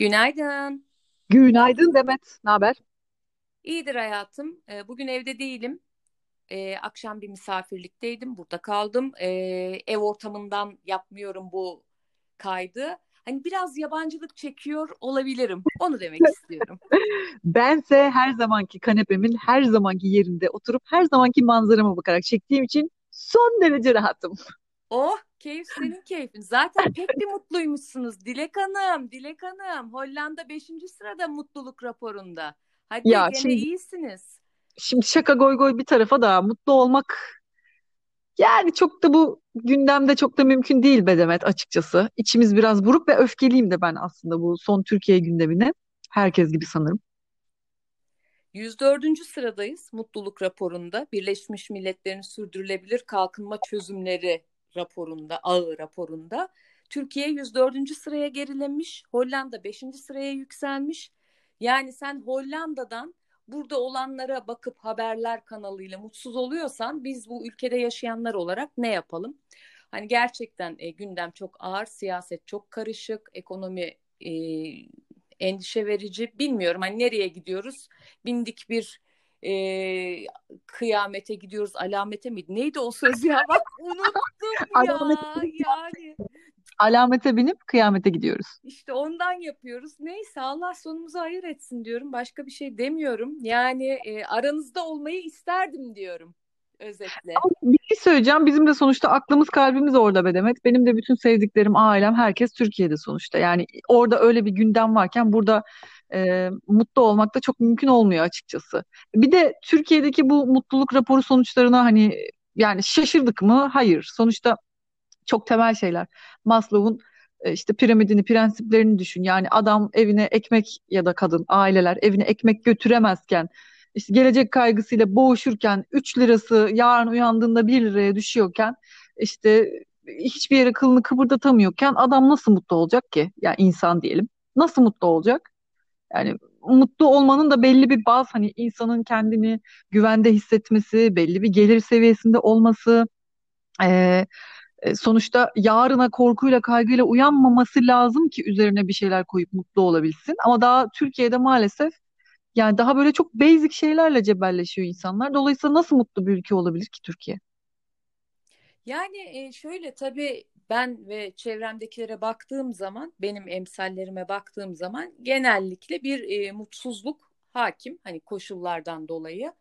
Günaydın. Günaydın Demet. Ne haber? İyidir hayatım. Bugün evde değilim. Akşam bir misafirlikteydim. Burada kaldım. Ev ortamından yapmıyorum bu kaydı. Hani biraz yabancılık çekiyor olabilirim. Onu demek istiyorum. Bense her zamanki kanepemin her zamanki yerinde oturup her zamanki manzarama bakarak çektiğim için son derece rahatım. Oh, keyif senin keyfin. Zaten pek bir mutluymuşsunuz. Dilek Hanım, Dilek Hanım. Hollanda beşinci sırada mutluluk raporunda. Hadi Ya gene şimdi iyisiniz. şimdi şaka goy goy bir tarafa da mutlu olmak yani çok da bu gündemde çok da mümkün değil be Demet açıkçası. İçimiz biraz buruk ve öfkeliyim de ben aslında bu son Türkiye gündemine. Herkes gibi sanırım. 104. sıradayız mutluluk raporunda. Birleşmiş Milletler'in sürdürülebilir kalkınma çözümleri raporunda, ağı raporunda. Türkiye 104. sıraya gerilemiş, Hollanda 5. sıraya yükselmiş. Yani sen Hollanda'dan burada olanlara bakıp haberler kanalıyla mutsuz oluyorsan biz bu ülkede yaşayanlar olarak ne yapalım? Hani gerçekten gündem çok ağır, siyaset çok karışık, ekonomi endişe verici. Bilmiyorum hani nereye gidiyoruz? Bindik bir kıyamete gidiyoruz, alamete miydi? Neydi o söz ya? Bak unuttum ya. Alamete binip, Yani alamete binip kıyamete gidiyoruz. işte ondan yapıyoruz. Neyse Allah sonumuzu hayır etsin diyorum. Başka bir şey demiyorum. Yani aranızda olmayı isterdim diyorum özetle. Bir şey söyleyeceğim. Bizim de sonuçta aklımız kalbimiz orada be Demet. Benim de bütün sevdiklerim, ailem, herkes Türkiye'de sonuçta. Yani orada öyle bir gündem varken burada mutlu olmak da çok mümkün olmuyor açıkçası. Bir de Türkiye'deki bu mutluluk raporu sonuçlarına hani yani şaşırdık mı? Hayır. Sonuçta çok temel şeyler. Maslow'un işte piramidini, prensiplerini düşün. Yani adam evine ekmek ya da kadın, aileler evine ekmek götüremezken, işte gelecek kaygısıyla boğuşurken, 3 lirası yarın uyandığında 1 liraya düşüyorken, işte hiçbir yere kılını kıpırdatamıyorken adam nasıl mutlu olacak ki? Yani insan diyelim. Nasıl mutlu olacak? Yani mutlu olmanın da belli bir baz hani insanın kendini güvende hissetmesi, belli bir gelir seviyesinde olması, sonuçta yarına korkuyla kaygıyla uyanmaması lazım ki üzerine bir şeyler koyup mutlu olabilsin. Ama daha Türkiye'de maalesef yani daha böyle çok basic şeylerle cebelleşiyor insanlar. Dolayısıyla nasıl mutlu bir ülke olabilir ki Türkiye? Yani şöyle tabii ben ve çevremdekilere baktığım zaman, benim emsallerime baktığım zaman genellikle bir mutsuzluk hakim. Hani koşullardan dolayı.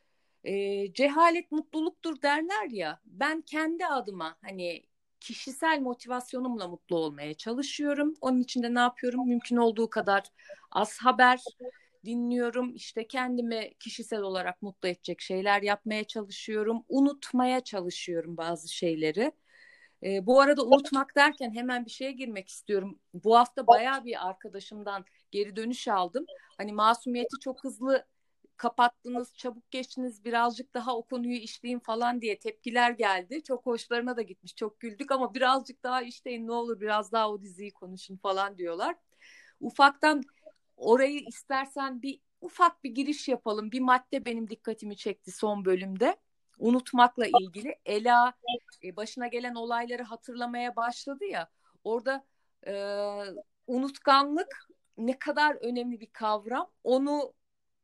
Cehalet mutluluktur derler ya. Ben kendi adıma hani kişisel motivasyonumla mutlu olmaya çalışıyorum. Onun için de ne yapıyorum? Mümkün olduğu kadar az haber dinliyorum. İşte kendimi kişisel olarak mutlu edecek şeyler yapmaya çalışıyorum. Unutmaya çalışıyorum bazı şeyleri. Bu arada unutmak derken hemen bir şeye girmek istiyorum. Bu hafta bayağı bir arkadaşımdan geri dönüş aldım. Hani masumiyeti çok hızlı kapattınız, çabuk geçtiniz, birazcık daha o konuyu işleyin falan diye tepkiler geldi. Çok hoşlarına da gitmiş, çok güldük ama birazcık daha işleyin ne olur biraz daha o diziyi konuşun falan diyorlar. Ufaktan orayı istersen bir ufak bir giriş yapalım. Bir madde benim dikkatimi çekti son bölümde. Unutmakla ilgili. Ela başına gelen olayları hatırlamaya başladı ya. Orada e, unutkanlık ne kadar önemli bir kavram. Onu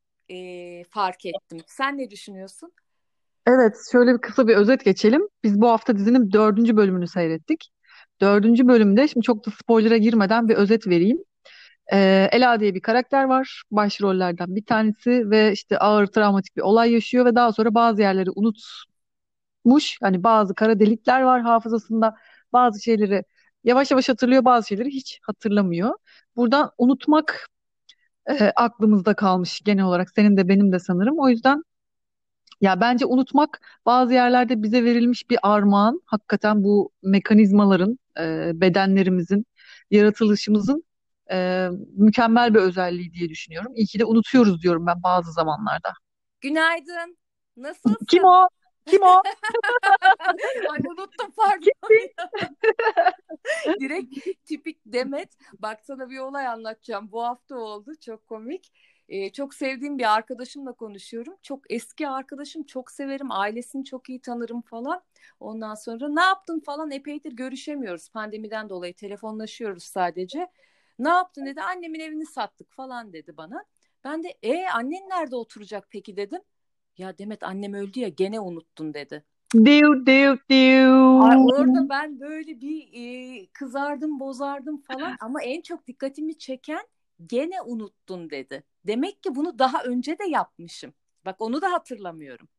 fark ettim. Sen ne düşünüyorsun? Evet, şöyle bir kısa bir özet geçelim. Biz bu hafta dizinin 4. bölümünü seyrettik. 4. bölümde şimdi çok da spoiler'a girmeden bir özet vereyim. Ela diye bir karakter var. Başrollerden bir tanesi ve işte ağır travmatik bir olay yaşıyor ve daha sonra bazı yerleri unutmuş. Hani bazı kara delikler var hafızasında. Bazı şeyleri yavaş yavaş hatırlıyor, bazı şeyleri hiç hatırlamıyor. Buradan unutmak aklımızda kalmış genel olarak senin de benim de sanırım. O yüzden ya bence unutmak bazı yerlerde bize verilmiş bir armağan. Hakikaten bu mekanizmaların, bedenlerimizin, yaratılışımızın mükemmel bir özelliği diye düşünüyorum. İyi ki de unutuyoruz diyorum ben bazı zamanlarda. Günaydın. Kim Nasılsın? o? Kim o? Ay unuttum pardon. Direkt tipik Demet. Bak sana bir olay anlatacağım. Bu hafta oldu. Çok komik. Çok sevdiğim bir arkadaşımla konuşuyorum. Çok eski arkadaşım. Çok severim. Ailesini çok iyi tanırım falan. Ondan sonra ne yaptın falan epeydir görüşemiyoruz. Pandemiden dolayı telefonlaşıyoruz sadece. Ne yaptın dedi. Annemin evini sattık falan dedi bana. Ben de annen nerede oturacak peki dedim. Ya Demet annem öldü ya gene unuttun dedi. Diu diu Ay, diu. orada ben böyle bir kızardım, bozardım falan ama en çok dikkatimi çeken gene unuttun dedi. Demek ki bunu daha önce de yapmışım. Bak onu da hatırlamıyorum.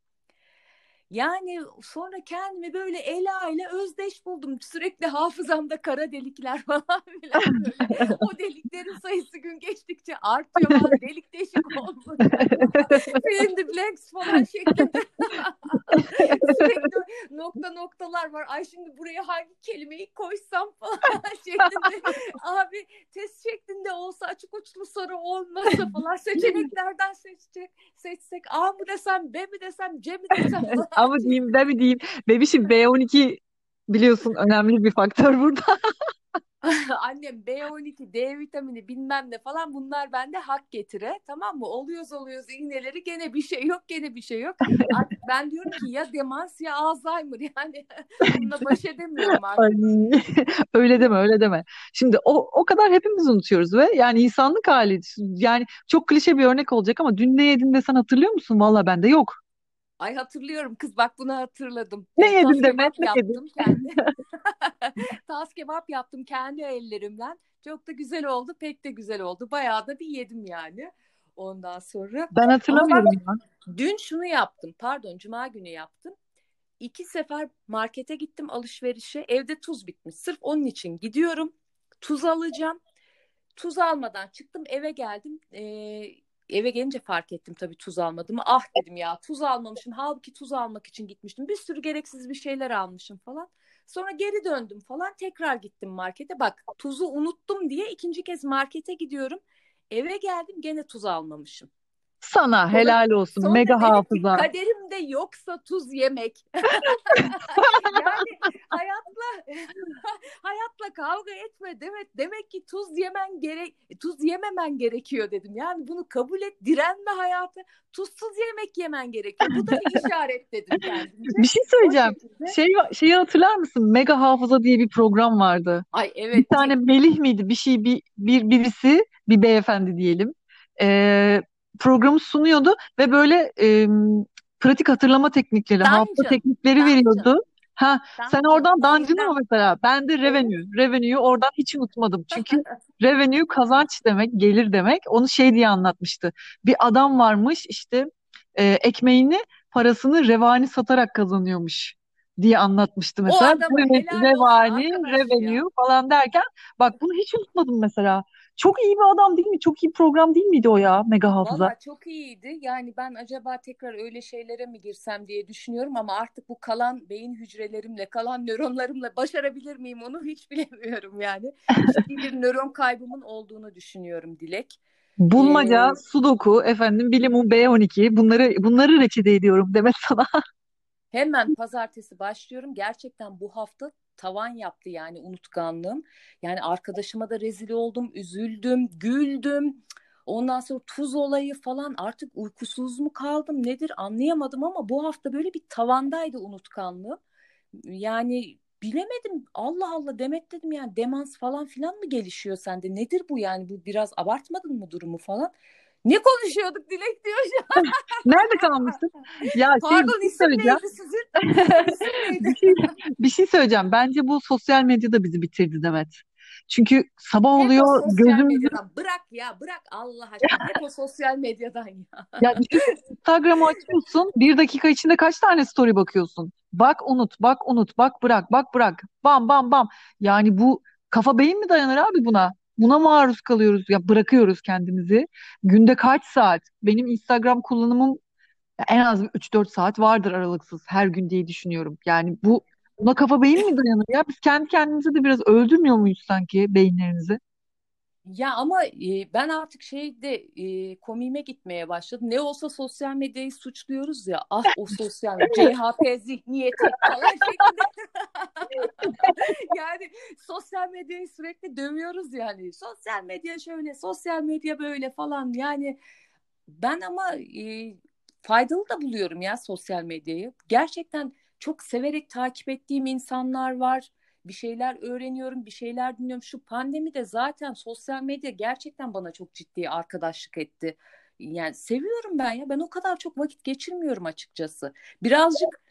Yani sonra kendimi böyle Ela ile özdeş buldum. Sürekli hafızamda kara delikler falan filan böyle. O deliklerin sayısı gün geçtikçe artıyor falan. Delik deşik olmuş. Fill in the blanks falan şeklinde. Sürekli nokta noktalar var. Ay şimdi buraya hangi kelimeyi koysam falan şeklinde. Abi test şeklinde olsa açık uçlu soru olmasa falan seçeneklerden seçsek A mı desem B mi desem C mi desem falan. Ama diyeyim de mi diyeyim. Bebişim B12 biliyorsun önemli bir faktör burada. Annem B12, D vitamini bilmem ne falan bunlar bende hak getire. Tamam mı? Oluyoruz iğneleri gene bir şey yok gene bir şey yok. Artık ben diyorum ki ya demans ya Alzheimer yani bununla baş edemiyorum Ay, artık. öyle deme öyle deme. Şimdi o kadar hepimiz unutuyoruz ve yani insanlık hali. Yani çok klişe bir örnek olacak ama dün ne yedin desen hatırlıyor musun? Valla bende yok. Ay hatırlıyorum kız bak bunu hatırladım. Ne Tas yedin Demet, kebap ne yedin? yaptım kendi. Tas kebap yaptım kendi ellerimden. Çok da güzel oldu pek de güzel oldu. Bayağı da bir yedim yani ondan sonra. Ben Ama bak hatırlamıyorum ya. dün şunu yaptım pardon cuma günü yaptım. 2 sefer markete gittim alışverişe. Evde tuz bitmiş. Sırf onun için gidiyorum. Tuz alacağım. Tuz almadan çıktım eve geldim. Eve gelince fark ettim tabii tuz almadığımı. Ah dedim ya tuz almamışım. Halbuki tuz almak için gitmiştim. Bir sürü gereksiz bir şeyler almışım falan. Sonra geri döndüm falan. Tekrar gittim markete. Bak tuzu unuttum diye ikinci kez markete gidiyorum. Eve geldim gene tuz almamışım. Sana Sonra, helal olsun. sonra Mega dedim ki hafıza. kaderimde yoksa tuz yemek. Yani hayatla hayatla kavga etme demek ki tuz yememen gerekiyor dedim. Yani bunu kabul et, direnme hayatı. Tuzsuz yemek yemen gerekiyor. Bu da bir işaret dedim kendimce. Bir şey O söyleyeceğim. şekilde. Şeyi hatırlar mısın? Mega Hafıza diye bir program vardı. Ay Bir evet tane Melih miydi? Bir şey birisi bir beyefendi diyelim. Ee, Programı sunuyordu ve böyle pratik hatırlama teknikleri, hafıza Dungeon. teknikleri Dungeon. veriyordu. Ha, sen Dungeon. oradan Dungeon'ı Şeyden. mı mesela? Ben de Evet. Revenue. Revenue'yu oradan hiç unutmadım. Çünkü Revenue kazanç demek, gelir demek. Onu şey diye anlatmıştı. Bir adam varmış işte ekmeğini, parasını revani satarak kazanıyormuş diye anlatmıştı O mesela. adama helal olsun Revani, arkadaş ya. revenue falan derken bak bunu hiç unutmadım mesela. Çok iyi bir adam değil mi? Çok iyi program değil miydi o ya? Mega Hafıza. Valla çok iyiydi. Yani ben acaba tekrar öyle şeylere mi girsem diye düşünüyorum ama artık bu kalan beyin hücrelerimle, kalan nöronlarımla başarabilir miyim onu hiç bilemiyorum yani. Ciddi bir nöron kaybımın olduğunu düşünüyorum Dilek. Bulmaca, Ee, Sudoku, efendim bilimum B12 bunları reçete ediyorum demek sana. Hemen pazartesi başlıyorum. Gerçekten bu hafta tavan yaptı yani unutkanlığım. Yani arkadaşıma da rezil oldum, üzüldüm, güldüm. Ondan sonra tuz olayı falan artık uykusuz mu kaldım nedir anlayamadım ama bu hafta böyle bir tavandaydı unutkanlığım. Yani bilemedim Allah Allah Demet dedim yani demans falan filan mı gelişiyor sende nedir bu yani bu biraz abartmadın mı durumu falan. Ne konuşuyorduk Dilek diyor. Nerede kalmıştın? Ya bir Pardon şey isim söyleyeceğim. neydi sizin? Sizin isim Bir neydi? şey, bir şey söyleyeceğim. Bence bu sosyal medya da bizi bitirdi Demet. Çünkü sabah Hep o oluyor sosyal gözümüzü. medyadan. Bırak ya bırak Allah aşkına. Hep o sosyal medyadan ya. Ya düşünsene Instagram'ı açıyorsun, bir dakika içinde kaç tane story bakıyorsun? Bak unut, bak unut, bak bırak, bak bırak. Bam bam bam. Yani bu kafa beyin mi dayanır abi buna? Buna maruz kalıyoruz ya bırakıyoruz kendimizi. Günde kaç saat? Benim Instagram kullanımım en az bir 3-4 saat vardır aralıksız her gün diye düşünüyorum. Yani buna kafa beyin mi dayanır ya? Biz kendi kendimize de biraz öldürmüyor muyuz sanki beyinlerimizi? Ya ama ben artık komiğime gitmeye başladım. Ne olsa sosyal medyayı suçluyoruz ya. Ah o sosyal medya, CHP zihniyeti falan şeklinde. Yani sosyal medyayı sürekli dövüyoruz yani. Sosyal medya şöyle, sosyal medya böyle falan. Yani ben ama faydalı da buluyorum ya sosyal medyayı. Gerçekten çok severek takip ettiğim insanlar var. bir şeyler öğreniyorum, bir şeyler dinliyorum. Şu pandemide zaten sosyal medya gerçekten bana çok ciddi arkadaşlık etti. Yani seviyorum ben ya. Ben o kadar çok vakit geçirmiyorum açıkçası. Birazcık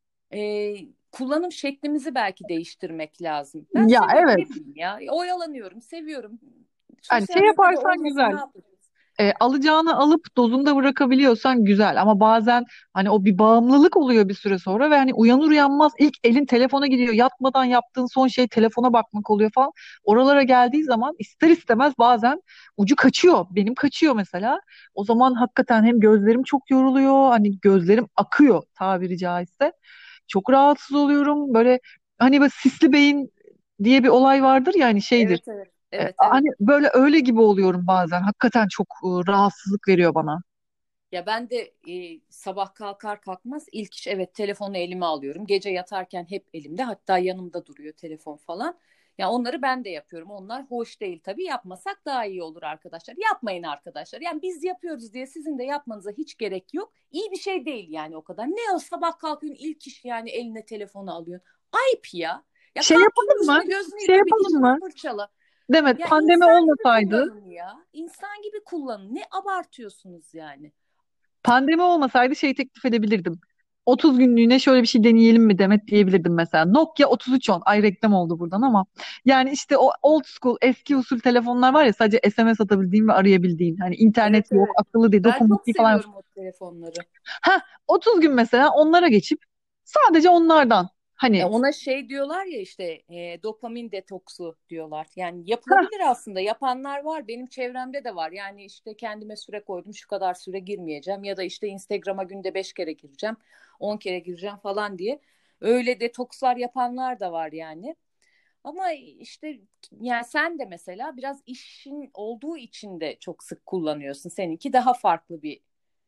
kullanım şeklimizi belki değiştirmek lazım. Ben Ya seviyorum, evet. ne bileyim ya. Oyalanıyorum, seviyorum. Hani Sosyal şey medyada yaparsan olmasa ne güzel. yapacağız? Alacağını alıp dozunda bırakabiliyorsan güzel ama bazen hani o bir bağımlılık oluyor bir süre sonra ve hani uyanır uyanmaz ilk elin telefona gidiyor. Yatmadan yaptığın son şey telefona bakmak oluyor falan. Oralara geldiği zaman ister istemez bazen ucu kaçıyor. Benim kaçıyor mesela. O zaman hakikaten hem gözlerim çok yoruluyor, hani gözlerim akıyor tabiri caizse. Çok rahatsız oluyorum. Böyle hani böyle sisli beyin diye bir olay vardır ya, hani şeydir. Evet, evet. Evet, evet. Hani böyle öyle gibi oluyorum bazen. Hakikaten çok rahatsızlık veriyor bana. Ya ben de sabah kalkar kalkmaz ilk iş, evet, telefonu elime alıyorum. Gece yatarken hep elimde, hatta yanımda duruyor telefon falan. Ya onları ben de yapıyorum. Onlar hoş değil tabii. Yapmasak daha iyi olur arkadaşlar. Yapmayın arkadaşlar. Yani biz yapıyoruz diye sizin de yapmanıza hiç gerek yok. İyi bir şey değil yani o kadar. Ne o, sabah kalkıyorsun ilk iş yani eline telefonu alıyorsun. Ayıp ya. Ya Şey kalk, yapalım mı? yüzünü gözünü Şey yıka, bir yapalım dişini mı? fırçala. Demet, Ya pandemi insan gibi olmasaydı, kullanın ya. İnsan gibi kullanın. Ne abartıyorsunuz yani? pandemi olmasaydı şey teklif edebilirdim. 30 günlüğüne şöyle bir şey deneyelim mi Demet diyebilirdim mesela. Nokia 3310. Ay, reklam oldu buradan ama. Yani işte o old school, eski usul telefonlar var ya, sadece SMS atabildiğin ve arayabildiğin. Hani internet Evet, yok, evet. akıllı değil, Ben çok dokunmatik falan yok. seviyorum o telefonları. Ha, 30 gün mesela onlara geçip sadece onlardan. Hani Ona şey diyorlar ya işte, dopamin detoksu diyorlar. Yani ha, yapılabilir aslında. Yapanlar var. Benim çevremde de var. Yani işte kendime süre koydum. Şu kadar süre girmeyeceğim. Ya da işte Instagram'a günde 5 kere gireceğim. 10 kere gireceğim falan diye. Öyle detokslar yapanlar da var yani. Ama işte yani sen de mesela biraz işin olduğu için de çok sık kullanıyorsun. Seninki daha farklı bir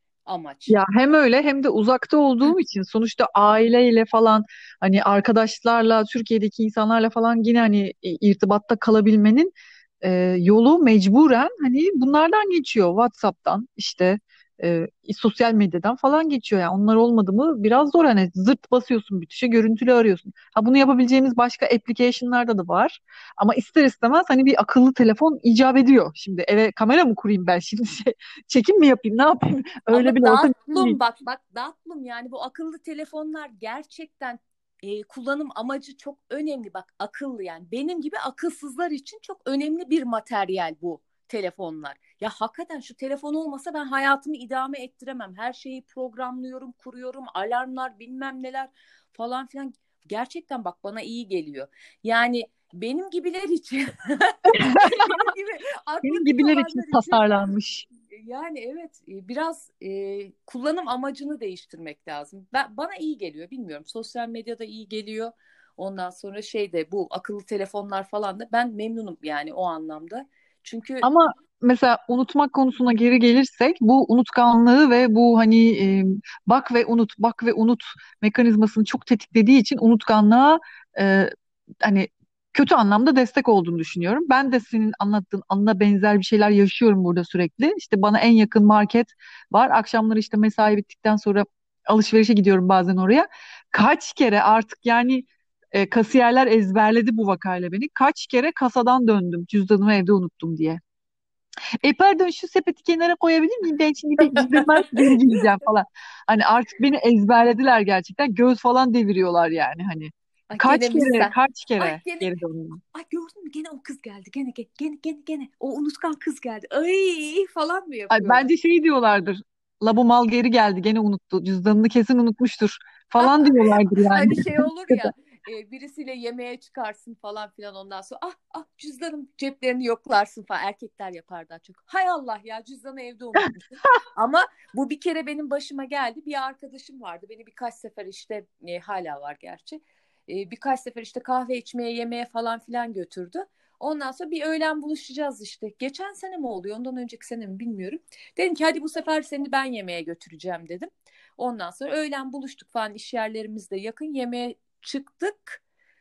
amaç. ya hem öyle hem de uzakta olduğum için sonuçta aileyle falan, hani arkadaşlarla, Türkiye'deki insanlarla falan yine hani irtibatta kalabilmenin yolu mecburen hani bunlardan geçiyor. WhatsApp'tan işte sosyal medyadan falan geçiyor. Yani onlar olmadı mı biraz zor, hani zırt basıyorsun bir tuşa, görüntülü arıyorsun. Ha, bunu yapabileceğimiz başka application'larda da var. Ama ister istemez hani bir akıllı telefon icap ediyor. Şimdi eve kamera mı kurayım ben şimdi, şey, çekim mi yapayım, ne yapayım? Öyle Ama bile olsa mümkün değil. dağıtlım, bak dağıtlım, yani bu akıllı telefonlar gerçekten kullanım amacı çok önemli. Bak, akıllı, yani benim gibi akılsızlar için çok önemli bir materyal bu telefonlar. Ya hakikaten şu telefon olmasa ben hayatımı idame ettiremem. Her şeyi programlıyorum, kuruyorum, alarmlar, bilmem neler falan filan. Gerçekten bak, bana iyi geliyor. Yani benim gibiler için benim gibi aklı Senin kıt gibiler için olanlar için tasarlanmış. yani evet, biraz kullanım amacını değiştirmek lazım. Bana iyi geliyor, bilmiyorum. Sosyal medyada iyi geliyor. Ondan sonra şeyde, bu akıllı telefonlar falan da ben memnunum yani o anlamda. Çünkü Ama mesela unutmak konusuna geri gelirsek, bu unutkanlığı ve bu hani bak ve unut, bak ve unut mekanizmasını çok tetiklediği için unutkanlığa e, hani kötü anlamda destek olduğunu düşünüyorum. Ben de senin anlattığın anına benzer bir şeyler yaşıyorum burada sürekli. İşte bana en yakın market var. Akşamları işte mesai bittikten sonra alışverişe gidiyorum bazen oraya. Kaç kere artık yani kasiyerler ezberledi bu vakayla beni. Kaç kere kasadan döndüm cüzdanımı evde unuttum diye. Pardon, şu sepeti kenara koyabilir miyim? Ben şimdi bir cüzdanımı alıp geri geleceğim falan. Hani artık beni ezberlediler gerçekten. Göz falan deviriyorlar yani hani. ay gene Kaç kere, mislen. kaç Ay kere gene, geri döndüm. ay gördün mü, gene o kız geldi. Gene o unutkan kız geldi. Ay falan mı Ay, yapıyorlar? bence şey diyorlardır. La, bu mal geri geldi gene unuttu. Cüzdanını kesin unutmuştur falan diyorlardır yani. Hani şey olur ya, birisiyle yemeğe çıkarsın falan filan, ondan sonra cüzdanım, ceplerini yoklarsın falan, erkekler yapar daha çok. Hay Allah ya, cüzdanı evde unutmuşum. Ama bu bir kere benim başıma geldi. Bir arkadaşım vardı, beni birkaç sefer işte, hala var gerçi, birkaç sefer işte kahve içmeye, yemeğe falan filan götürdü. Ondan sonra bir öğlen buluşacağız işte. Geçen sene mi oluyor, ondan önceki sene mi bilmiyorum. Dedim ki hadi bu sefer seni ben yemeğe götüreceğim dedim. Ondan sonra öğlen buluştuk falan, iş yerlerimiz de yakın, yemeğe çıktık.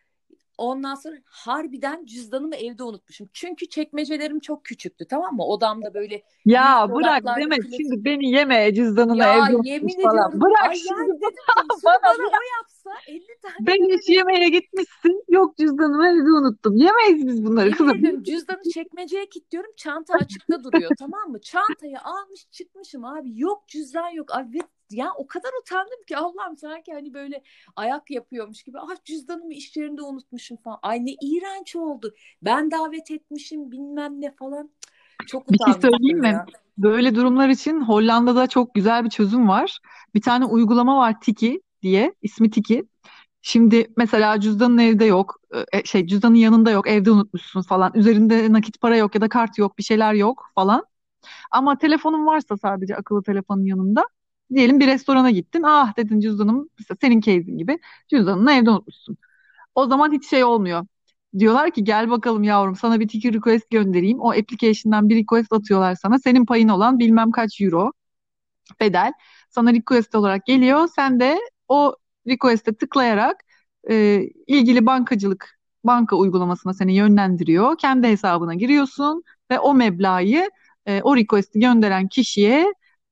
Ondan sonra harbiden cüzdanımı evde unutmuşum. Çünkü çekmecelerim çok küçüktü, tamam mı? Odamda böyle büyük Ya bırak dolaplarda Demet, klasik. şimdi beni yeme, cüzdanını Ya evde unutmuş yemin falan. ediyorum, Bırak ay şimdi yani dedim ki şunu bana bana o yapsa, 50 tane beni hiç demedi. yemeğe gitmişsin. Yok cüzdanımı evde unuttum. Yemeyiz biz bunları Yemin kızım. ediyorum cüzdanı çekmeceye kilitliyorum. Çanta açıkta duruyor, tamam mı? Çantayı almış çıkmışım abi. Yok cüzdan yok. Abi ya o kadar utandım ki Allah'ım, sanki hani böyle ayak yapıyormuş gibi. Ah cüzdanımı iş yerinde unutmuşum falan. Ay ne iğrenç oldu. Ben davet etmişim bilmem ne falan. Çok Bir şey söyleyeyim utanmıştım mi? ya. Böyle durumlar için Hollanda'da çok güzel bir çözüm var. Bir tane uygulama var, Tiki diye. İsmi Tiki. Şimdi mesela cüzdanın evde yok, cüzdanın yanında yok, evde unutmuşsun falan. Üzerinde nakit para yok ya da kart yok, bir şeyler yok falan. Ama telefonun varsa sadece akıllı telefonun yanında. Diyelim bir restorana gittin. Ah dedin cüzdanım, mesela senin case'in gibi cüzdanını evde unutmuşsun. O zaman hiç şey olmuyor. Diyorlar ki gel bakalım yavrum, sana bir ticket request göndereyim. O application'dan bir request atıyorlar sana. Senin payın olan bilmem kaç euro bedel sana request olarak geliyor. Sen de o request'e tıklayarak ilgili banka uygulamasına seni yönlendiriyor. Kendi hesabına giriyorsun ve o meblağı o request'i gönderen kişiye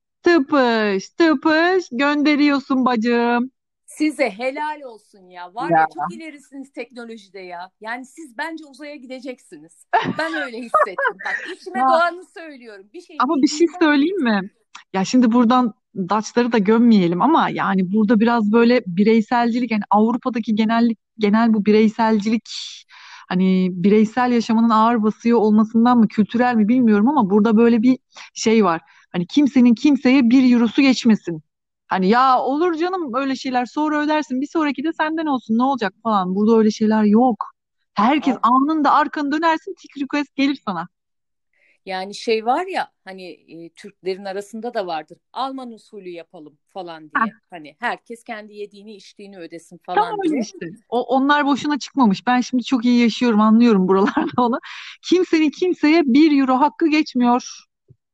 tıpış tıpış gönderiyorsun bacım. Size helal olsun ya. Var Ya. ya çok ilerisiniz teknolojide ya. Yani siz bence uzaya gideceksiniz. Ben öyle hissettim. Bak içime Ya, doğanı söylüyorum. Bir şey ama bir şey bildiğinden söyleyeyim eminim. mi? Ya şimdi buradan Daçları da gömmeyelim ama yani burada biraz böyle bireyselcilik, yani Avrupa'daki genel bu bireyselcilik, hani bireysel yaşamının ağır basıyor olmasından mı, kültürel mi bilmiyorum ama burada böyle bir şey var. Hani kimsenin kimseye bir eurosu geçmesin. Hani ya olur canım öyle şeyler, sonra ödersin, bir sonraki de senden olsun, ne olacak falan. Burada öyle şeyler yok. Herkes Abi, anında arkanı dönersin, tick request gelir sana. yani şey var ya hani Türklerin arasında da vardır. Alman usulü yapalım falan diye. Hani herkes kendi yediğini içtiğini ödesin Tam falan öyle diye. işte. Onlar boşuna çıkmamış. Ben şimdi çok iyi yaşıyorum, anlıyorum buralarda onu. Kimsenin kimseye bir euro hakkı geçmiyor.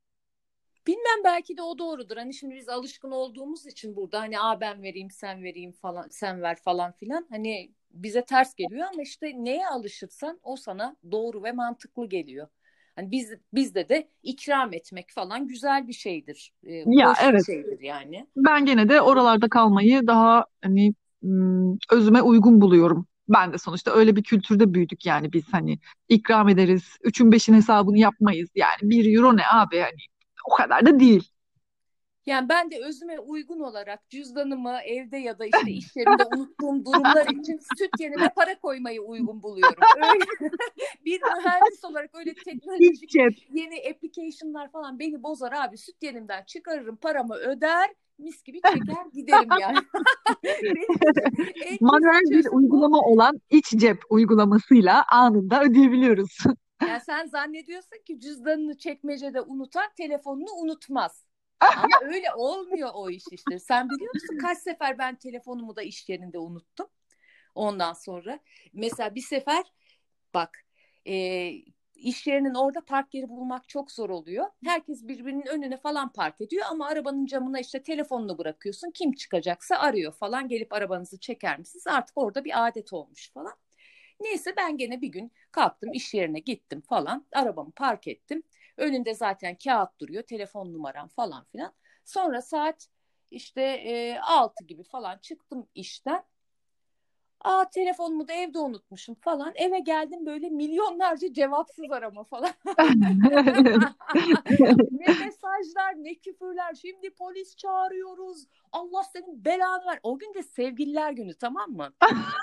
Bilmem belki de o doğrudur. Hani şimdi biz alışkın olduğumuz için burada hani ben vereyim sen vereyim falan sen ver falan filan. Hani bize ters geliyor ama işte neye alışırsan o sana doğru ve mantıklı geliyor. Hani bizde de ikram etmek falan güzel bir şeydir. Ya Hoş bir evet, şeydir yani. ben gene de oralarda kalmayı daha hani özüme uygun buluyorum. Ben de sonuçta öyle bir kültürde büyüdük, yani biz hani ikram ederiz. Üçün beşin hesabını yapmayız. Yani bir euro ne abi, yani o kadar da değil. Yani ben de özüme uygun olarak cüzdanımı evde ya da işte iş yerinde unuttuğum durumlar için süt yerine para koymayı uygun buluyorum. Öyle bir mühendis olarak öyle İç teknolojik cep. yeni application'lar falan beni bozar abi. Süt yerimden çıkarırım, paramı öder, mis gibi çeker giderim yani. Benim için en kesin Manuel bir çözüm bu. uygulama olan iç cep uygulamasıyla anında ödeyebiliyoruz. Yani sen zannediyorsun ki cüzdanını çekmecede unutan telefonunu unutmaz. Ama öyle olmuyor o iş işte. Sen biliyor musun kaç sefer ben telefonumu da iş yerinde unuttum. Ondan sonra mesela bir sefer bak e, iş yerinin orada park yeri bulmak çok zor oluyor. Herkes birbirinin önüne falan park ediyor ama arabanın camına işte telefonunu bırakıyorsun. Kim çıkacaksa arıyor falan, gelip arabanızı çeker misiniz? Artık orada bir adet olmuş falan. Neyse ben gene bir gün kalktım iş yerine gittim falan. Arabamı park ettim. Önünde zaten kağıt duruyor. Telefon numaram falan filan. Sonra saat işte 6 gibi falan çıktım işten. Telefonumu da evde unutmuşum falan. Eve geldim böyle milyonlarca cevapsız arama falan. Ne mesajlar, ne küfürler. Şimdi polis çağırıyoruz. Allah senin belanı ver. O gün de sevgililer günü, tamam mı?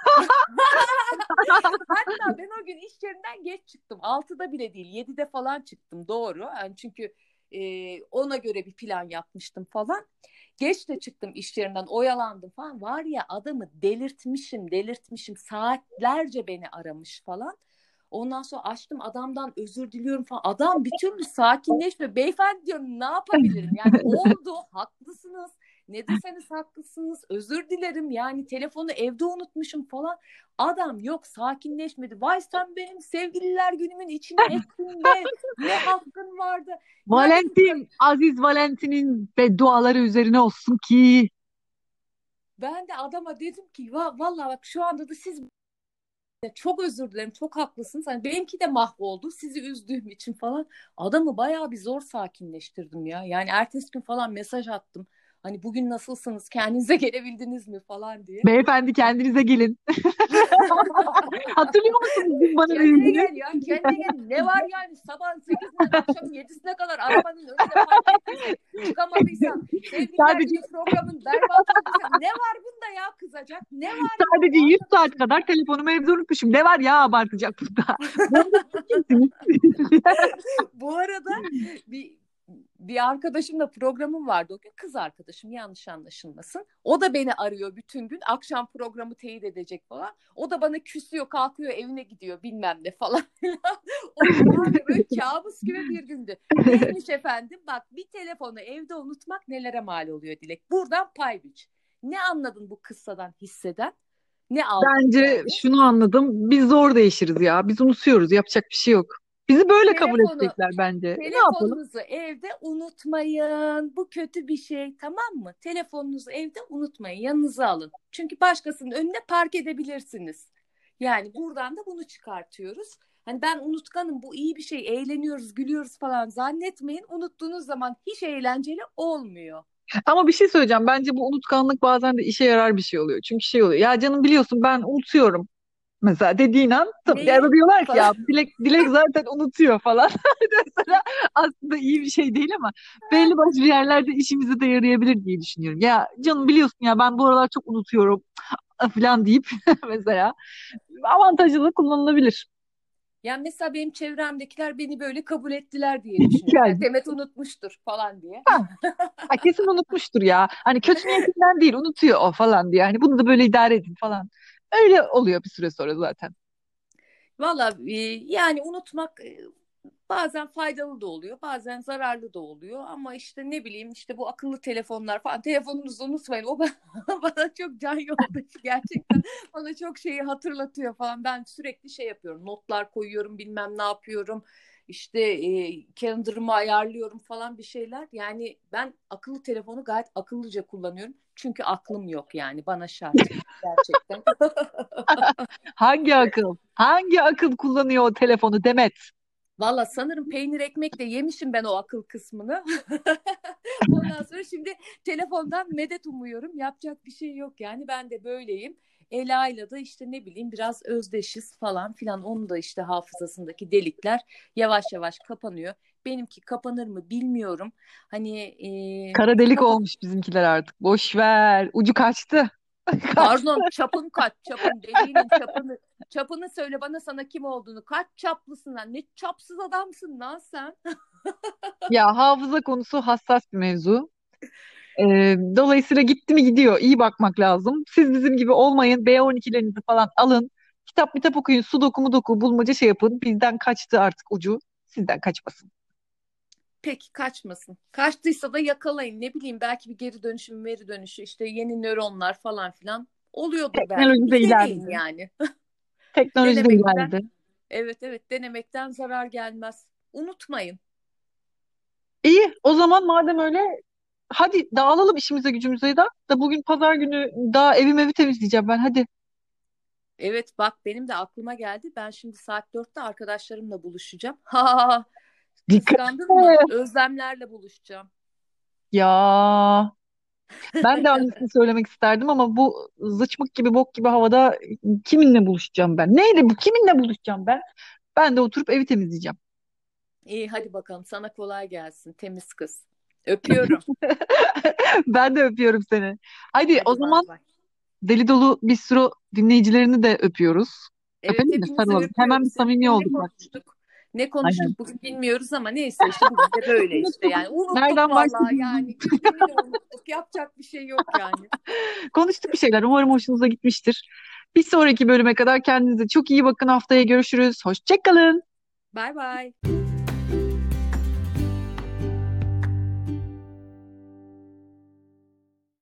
Hatta ben o gün iş yerinden geç çıktım. 6'da bile değil, 7'de falan çıktım doğru. Yani çünkü ona göre bir plan yapmıştım falan. Geç de çıktım iş yerinden, oyalandım falan. Var ya adamı delirtmişim. Saatlerce beni aramış falan. Ondan sonra açtım, adamdan özür diliyorum falan. Adam bir türlü sakinleşmiyor. Beyefendi diyorum, ne yapabilirim? Yani oldu, haklısınız. Ne deseniz haklısınız. Özür dilerim. Yani telefonu evde unutmuşum falan. Adam yok, sakinleşmedi. Vay sen benim sevgililer günümün içine ettin be. Ne hakkın vardı? Ya dedim, Valentin, Aziz Valentin'in bedduaları üzerine olsun ki. ben de adama dedim ki vallahi bak şu anda da siz çok özür dilerim, çok haklısınız. Hani benimki de mahvoldu sizi üzdüğüm için falan. Adamı bayağı bir zor sakinleştirdim ya. Yani ertesi gün falan mesaj attım. Hani bugün nasılsınız, kendinize gelebildiniz mi falan diye. Beyefendi kendinize gelin. Hatırlıyor musunuz dün bana Kendine dediğiniz? gel ya, kendine gel. Ne var yani, sabahın 8'inden akşamın 7'sine kadar arabanın önünde park ettiysen, çıkamadıysan, Sevgililer Sadece Günü programın berbat olduysa ne var bunda ya kızacak? Ne var sadece yani 100 saat arkadaşım? kadar telefonumu evde unutmuşum. Ne var ya abartacak burada? Bu arada siz kimsiniz? Bu arada bir bir arkadaşımla programım vardı o gün. Kız arkadaşım, yanlış anlaşılmasın. O da beni arıyor bütün gün. Akşam programı teyit edecek falan. O da bana küsüyor, kalkıyor, evine gidiyor bilmem ne falan. O gün var ya, böyle kabus gibi bir gündü. Neymiş efendim? Bak, bir telefonu evde unutmak nelere mal oluyor Dilek. Buradan pay biç. Ne anladın bu kıssadan, hisseden? Ne aldın Bence yani? şunu anladım. Biz zor değişiriz ya. Biz unutuyoruz. Yapacak bir şey yok. Bizi böyle kabul Telefonu edecekler bence. Ne yapalım? Telefonunuzu evde unutmayın. Bu kötü bir şey, tamam mı? Telefonunuzu evde unutmayın. Yanınıza alın. Çünkü başkasının önüne park edebilirsiniz. Yani buradan da bunu çıkartıyoruz. Hani ben unutkanım, bu iyi bir şey, eğleniyoruz, gülüyoruz falan zannetmeyin. Unuttuğunuz zaman hiç eğlenceli olmuyor. Ama bir şey söyleyeceğim. Bence bu unutkanlık bazen de işe yarar bir şey oluyor. Çünkü şey oluyor. Ya canım biliyorsun ben unutuyorum. Mesela dediğin an ya Neyi da diyorlar ki falan. ya Dilek zaten unutuyor falan. Mesela aslında iyi bir şey değil ama belli başlı yerlerde işimize de yarayabilir diye düşünüyorum. Ya canım biliyorsun ya ben bu aralar çok unutuyorum falan deyip mesela avantajlı da kullanılabilir. Yani mesela benim çevremdekiler beni böyle kabul ettiler diye düşünüyorum. Yani Yani, Demet unutmuştur falan diye. ha, kesin unutmuştur ya. Hani kötü niyetinden değil unutuyor o falan diye. Hani bunu da böyle idare edin falan. Öyle oluyor bir süre sonra zaten. Valla yani unutmak bazen faydalı da oluyor, bazen zararlı da oluyor. Ama işte ne bileyim, işte bu akıllı telefonlar falan, telefonunuzu unutmayın. O bana çok can yoldaşı gerçekten, bana çok şeyi hatırlatıyor falan. Ben sürekli şey yapıyorum, notlar koyuyorum, bilmem ne yapıyorum. İşte calendar'ımı ayarlıyorum falan, bir şeyler. Yani ben akıllı telefonu gayet akıllıca kullanıyorum. Çünkü aklım yok, yani bana şart gerçekten. Hangi akıl? Hangi akıl kullanıyor o telefonu Demet? Valla sanırım peynir ekmek de yemişim ben o akıl kısmını. Ondan sonra şimdi telefondan medet umuyorum. Yapacak bir şey yok yani, ben de böyleyim. Ela'yla da işte ne bileyim biraz özdeşiz falan filan. Onun da işte hafızasındaki delikler yavaş yavaş kapanıyor. Benimki kapanır mı bilmiyorum. Hani Kara delik kapan olmuş bizimkiler artık. Boş ver. Ucu kaçtı. Kaçtı. Pardon, çapın kaç, çapın deliğinin çapını söyle bana, sana kim olduğunu. Kaç çaplısın lan, ne çapsız adamsın lan sen. Ya hafıza konusu hassas bir mevzu. Dolayısıyla gitti mi gidiyor. İyi bakmak lazım. Siz bizim gibi olmayın. B12'lerinizi falan alın. Kitap okuyun. Sudoku mudoku bulmaca şey yapın. Bizden kaçtı artık ucu. Sizden kaçmasın. Peki kaçmasın. Kaçtıysa da yakalayın. Ne bileyim, belki bir geri dönüşüm, veri dönüşü, işte yeni nöronlar falan filan oluyordur belki. Teknoloji de Bir deneyin ilerledi. yani. Teknoloji de Denemekten, ilerledi. evet evet, denemekten zarar gelmez. Unutmayın. İyi. O zaman madem öyle hadi dağılalım işimize gücümüze da bugün pazar günü daha evim evi temizleyeceğim ben. Hadi. Evet bak, benim de aklıma geldi. Ben şimdi saat 4'te arkadaşlarımla buluşacağım. Ha, Dikkat kıskandın mı? et. Özlemlerle buluşacağım. Ya ben de aynısını söylemek isterdim ama bu zıçmık gibi bok gibi havada kiminle buluşacağım ben? Neyle bu? Kiminle buluşacağım ben? Ben de oturup evi temizleyeceğim. İyi, hadi bakalım, sana kolay gelsin temiz kız. Öpüyorum. Ben de öpüyorum seni. Hadi o Hadi bay zaman bay. deli dolu bir sürü dinleyicilerini de öpüyoruz. Evet, Öpelim mi? hepinizi Sarılalım. Hemen bir öpüyorum. samimi Seninle ne olduk bak. konuştuk? Ne Aynen. konuştuk bugün bilmiyoruz ama neyse, işte bugün de böyle işte Unuttuk. yani. Unuttuk Nereden vallahi, başladığımızı yani gündemi de unuttuk. Yapacak bir şey yok yani. konuştuk bir şeyler. Umarım hoşunuza gitmiştir. Bir sonraki bölüme kadar kendinize çok iyi bakın. Haftaya görüşürüz. Hoşçakalın. Bay bay.